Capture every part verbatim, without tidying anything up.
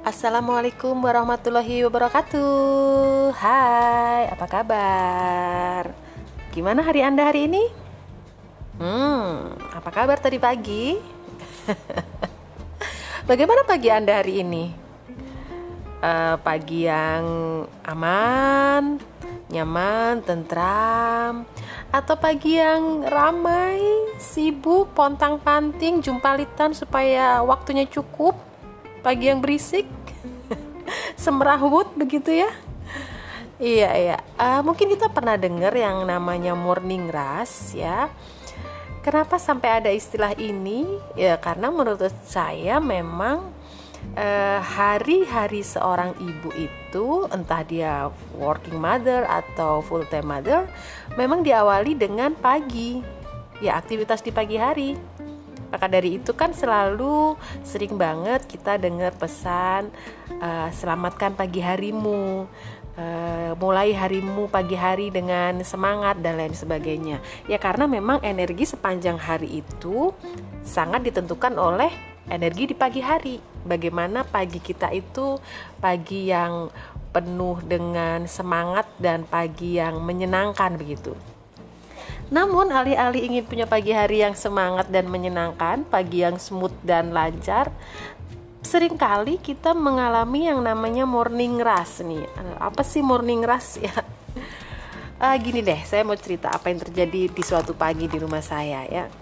Assalamualaikum warahmatullahi wabarakatuh. Hai, apa kabar? Gimana hari Anda hari ini? Hmm, apa kabar tadi pagi? Bagaimana pagi Anda hari ini? Uh, pagi yang aman, nyaman, tentram, atau pagi yang ramai, sibuk, pontang-panting, jumpalitan supaya waktunya cukup? Pagi yang berisik, semrawut begitu ya. Iya iya. Uh, mungkin kita pernah dengar yang namanya morning rush ya. Kenapa sampai ada istilah ini? Ya karena menurut saya memang uh, hari-hari seorang ibu itu, entah dia working mother atau full time mother, memang diawali dengan pagi. Ya aktivitas di pagi hari. Maka dari itu kan selalu sering banget kita dengar pesan uh, selamatkan pagi harimu, uh, mulai harimu pagi hari dengan semangat dan lain sebagainya. Ya karena memang energi sepanjang hari itu sangat ditentukan oleh energi di pagi hari. Bagaimana pagi kita itu pagi yang penuh dengan semangat dan pagi yang menyenangkan begitu. Namun alih-alih ingin punya pagi hari yang semangat dan menyenangkan, pagi yang smooth dan lancar, seringkali kita mengalami yang namanya morning rush nih. Apa sih morning rush ya? Ah, gini deh, saya mau cerita apa yang terjadi di suatu pagi di rumah saya ya.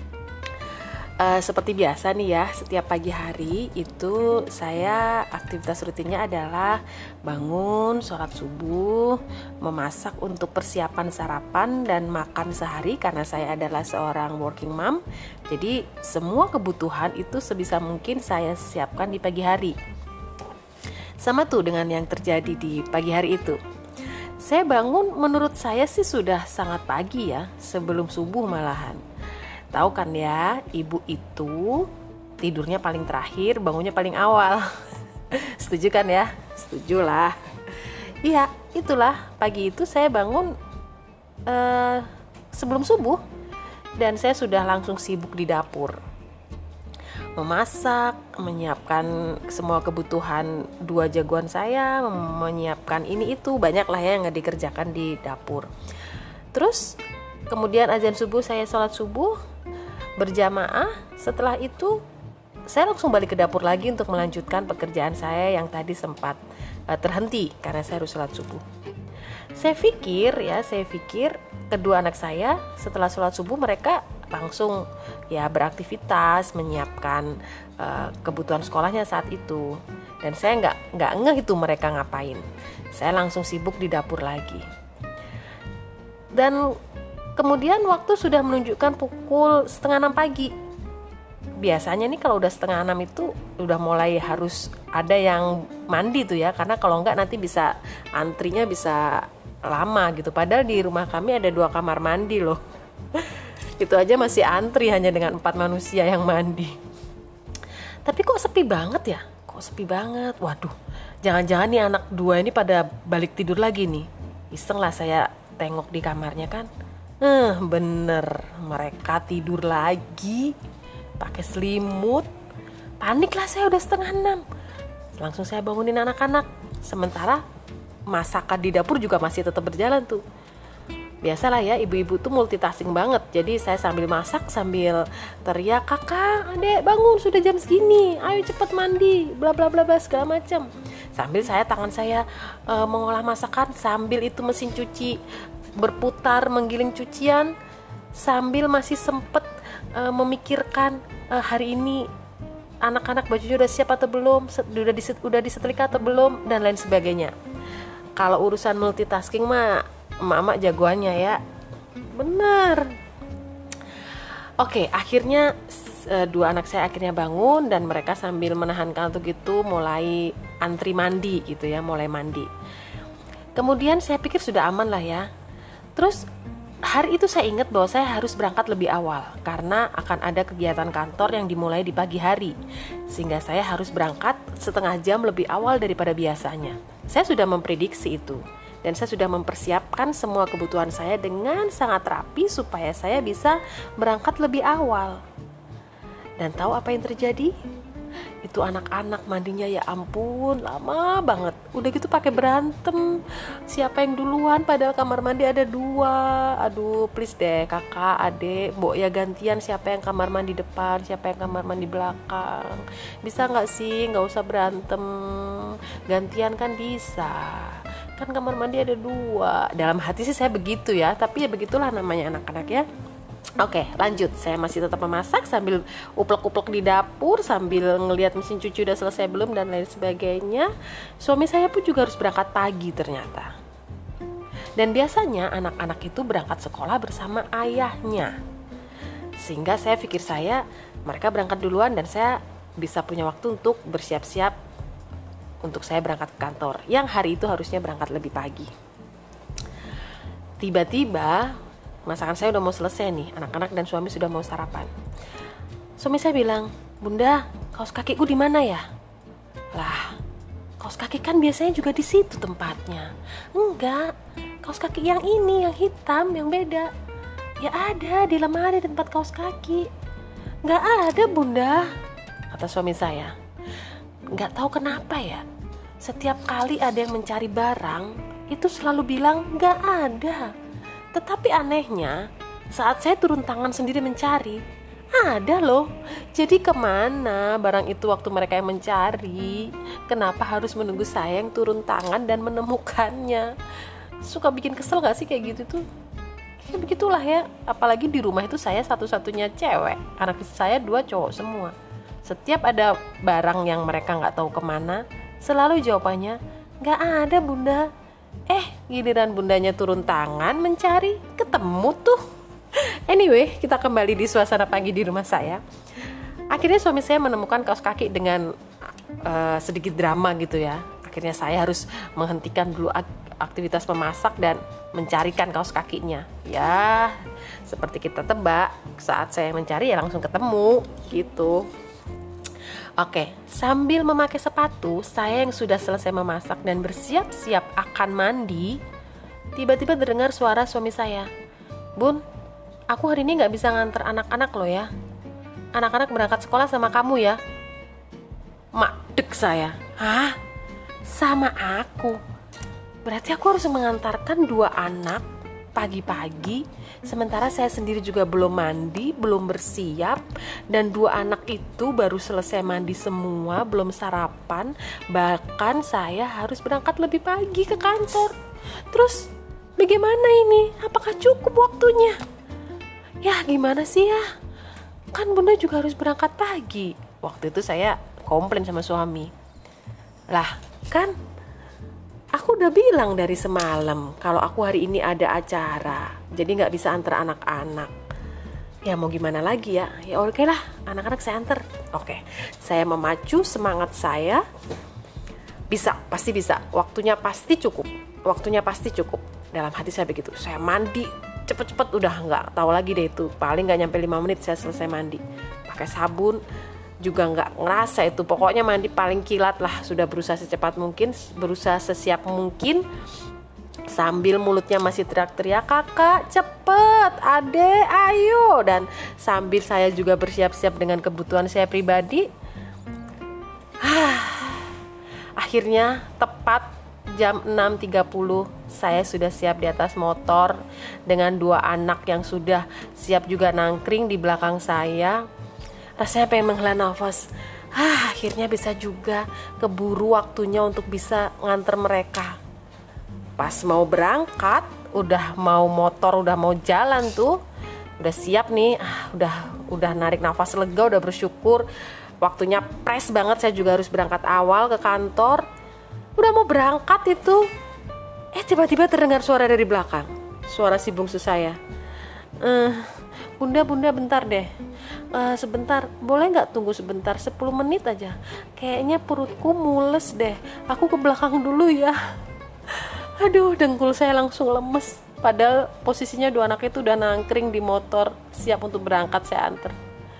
Uh, seperti biasa nih ya, setiap pagi hari itu saya aktivitas rutinnya adalah bangun, sholat subuh, memasak untuk persiapan sarapan dan makan sehari karena saya adalah seorang working mom. Jadi semua kebutuhan itu sebisa mungkin saya siapkan di pagi hari. Sama tuh dengan yang terjadi di pagi hari itu. Saya bangun menurut saya sih sudah sangat pagi ya, sebelum subuh malahan. Tahu kan ya, ibu itu tidurnya paling terakhir, bangunnya paling awal. Setuju kan ya? Setuju lah. Iya, itulah pagi itu saya bangun uh, sebelum subuh dan saya sudah langsung sibuk di dapur. Memasak, menyiapkan semua kebutuhan dua jagoan saya, menyiapkan ini itu, banyak lah ya yang nggak dikerjakan di dapur. Terus kemudian azan subuh, saya sholat subuh berjamaah. Setelah itu saya langsung balik ke dapur lagi untuk melanjutkan pekerjaan saya yang tadi sempat uh, terhenti karena saya harus sholat subuh. Saya pikir ya, saya pikir kedua anak saya setelah sholat subuh mereka langsung ya beraktivitas menyiapkan uh, kebutuhan sekolahnya saat itu. Dan saya nggak nggak ngeh itu mereka ngapain. Saya langsung sibuk di dapur lagi. Dan kemudian waktu sudah menunjukkan pukul setengah enam pagi. Biasanya nih kalau udah setengah enam itu udah mulai harus ada yang mandi tuh ya. Karena kalau enggak nanti bisa antrinya bisa lama gitu. Padahal di rumah kami ada dua kamar mandi loh. Itu aja masih antri hanya dengan empat manusia yang mandi. Tapi kok sepi banget ya? Kok sepi banget? Waduh, jangan-jangan nih anak dua ini pada balik tidur lagi nih. Iseng lah saya tengok di kamarnya kan. Eh bener, mereka tidur lagi pakai selimut. Panik lah saya, udah setengah enam. Langsung saya bangunin anak-anak. Sementara masakan di dapur juga masih tetap berjalan tuh. Biasalah ya, ibu-ibu tuh multitasking banget. Jadi saya sambil masak sambil teriak, kakak, adek bangun, sudah jam segini, ayo cepet mandi, bla bla bla bla segala macam. Sambil saya tangan saya e, mengolah masakan, sambil itu mesin cuci berputar menggiling cucian, sambil masih sempet uh, memikirkan uh, hari ini anak-anak bajunya udah siap atau belum, udah diset, udah disetrika atau belum, dan lain sebagainya. Kalau urusan multitasking mah emak-emak jagoannya ya, bener. Oke, akhirnya uh, dua anak saya akhirnya bangun dan mereka sambil menahan kantuk itu mulai antri mandi gitu ya, mulai mandi. Kemudian saya pikir sudah aman lah ya. Terus hari itu saya ingat bahwa saya harus berangkat lebih awal karena akan ada kegiatan kantor yang dimulai di pagi hari. Sehingga saya harus berangkat setengah jam lebih awal daripada biasanya. Saya sudah memprediksi itu dan saya sudah mempersiapkan semua kebutuhan saya dengan sangat rapi supaya saya bisa berangkat lebih awal. Dan tahu apa yang terjadi? Itu anak-anak mandinya ya ampun lama banget. Udah gitu pakai berantem siapa yang duluan, padahal kamar mandi ada dua. Aduh please deh kakak, adik, mbok ya gantian siapa yang kamar mandi depan, siapa yang kamar mandi belakang. Bisa gak sih gak usah berantem, gantian kan bisa, kan kamar mandi ada dua. Dalam hati sih saya begitu ya, tapi ya begitulah namanya anak-anak ya. Oke, lanjut. Saya masih tetap memasak sambil uplek-uplek di dapur, sambil ngelihat mesin cuci udah selesai belum dan lain sebagainya. Suami saya pun juga harus berangkat pagi ternyata. Dan biasanya anak-anak itu berangkat sekolah bersama ayahnya. Sehingga saya pikir saya mereka berangkat duluan dan saya bisa punya waktu untuk bersiap-siap untuk saya berangkat ke kantor. Yang hari itu harusnya berangkat lebih pagi. Tiba-tiba masakan saya udah mau selesai nih, anak-anak dan suami sudah mau sarapan. Suami saya bilang, "Bunda, kaos kakiku di mana ya?" Lah, kaos kaki kan biasanya juga di situ tempatnya. Enggak, kaos kaki yang ini, yang hitam, yang beda. Ya ada di lemari tempat kaos kaki. Enggak ada Bunda, kata suami saya. Enggak tahu kenapa ya, setiap kali ada yang mencari barang, itu selalu bilang enggak ada. Tetapi anehnya, saat saya turun tangan sendiri mencari, ada loh. Jadi kemana barang itu waktu mereka yang mencari? Kenapa harus menunggu saya yang turun tangan dan menemukannya? Suka bikin kesel gak sih kayak gitu tuh? Ya begitulah ya, apalagi di rumah itu saya satu-satunya cewek. Anak saya dua cowok semua. Setiap ada barang yang mereka gak tahu kemana, selalu jawabannya, gak ada Bunda. Eh, giliran bundanya turun tangan mencari, ketemu tuh. Anyway, kita kembali di suasana pagi di rumah saya. Akhirnya suami saya menemukan kaos kaki dengan uh, sedikit drama gitu ya. Akhirnya saya harus menghentikan dulu aktivitas memasak dan mencarikan kaos kakinya. Ya, seperti kita tebak, saat saya mencari ya langsung ketemu gitu. Oke, sambil memakai sepatu, saya yang sudah selesai memasak dan bersiap-siap akan mandi, tiba-tiba terdengar suara suami saya. "Bun, aku hari ini gak bisa nganter anak-anak loh ya. Anak-anak berangkat sekolah sama kamu ya." Madek saya. Hah? Sama aku? Berarti aku harus mengantarkan dua anak pagi-pagi, sementara saya sendiri juga belum mandi, belum bersiap, dan dua anak itu baru selesai mandi semua, belum sarapan, bahkan saya harus berangkat lebih pagi ke kantor. Terus bagaimana ini? Apakah cukup waktunya? Ya gimana sih ya? Kan Bunda juga harus berangkat pagi. Waktu itu saya komplain sama suami. Lah kan aku udah bilang dari semalam kalau aku hari ini ada acara, jadi gak bisa antar anak-anak. Ya mau gimana lagi ya, ya oke lah anak-anak saya antar. Oke, saya memacu semangat saya. Bisa, pasti bisa, waktunya pasti cukup. Waktunya pasti cukup. Dalam hati saya begitu. Saya mandi cepet-cepet, udah gak tahu lagi deh itu. Paling gak nyampe lima menit saya selesai mandi. Pakai sabun juga nggak ngerasa itu, pokoknya mandi paling kilat lah, sudah berusaha secepat mungkin, berusaha sesiap mungkin, sambil mulutnya masih teriak-teriak, "Kakak cepet, adek ayo," dan sambil saya juga bersiap-siap dengan kebutuhan saya pribadi. Akhirnya tepat jam enam tiga puluh saya sudah siap di atas motor dengan dua anak yang sudah siap juga nangkring di belakang saya. Rasanya pengen menghela nafas. Ah, akhirnya bisa juga keburu waktunya untuk bisa nganter mereka. Pas mau berangkat, udah mau motor, udah mau jalan tuh, udah siap nih, ah, udah udah narik nafas lega, udah bersyukur. Waktunya pres banget, saya juga harus berangkat awal ke kantor. Udah mau berangkat itu, eh tiba-tiba terdengar suara dari belakang, suara si bungsu saya. Eh, Bunda, Bunda bentar deh. Uh, sebentar, boleh gak tunggu sebentar, sepuluh menit aja. Kayaknya perutku mules deh, aku ke belakang dulu ya. Aduh, dengkul saya langsung lemes. Padahal posisinya dua anak itu udah nangkring di motor, siap untuk berangkat saya anter.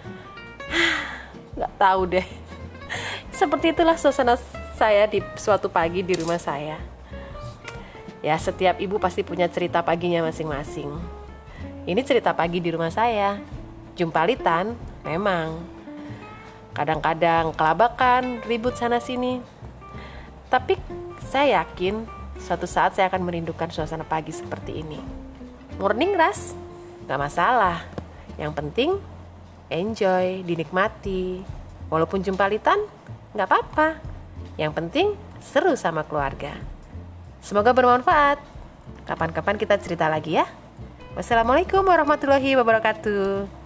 Gak tahu deh. Seperti itulah suasana saya di suatu pagi di rumah saya. Ya, setiap ibu pasti punya cerita paginya masing-masing. Ini cerita pagi di rumah saya. Jumpalitan, memang. kadang-kadang kelabakan, ribut sana-sini. Tapi saya yakin suatu saat saya akan merindukan suasana pagi seperti ini. Morning rush, gak masalah. Yang penting enjoy, dinikmati. Walaupun jumpalitan, gak apa-apa. Yang penting seru sama keluarga. Semoga bermanfaat. Kapan-kapan kita cerita lagi ya. Wassalamualaikum warahmatullahi wabarakatuh.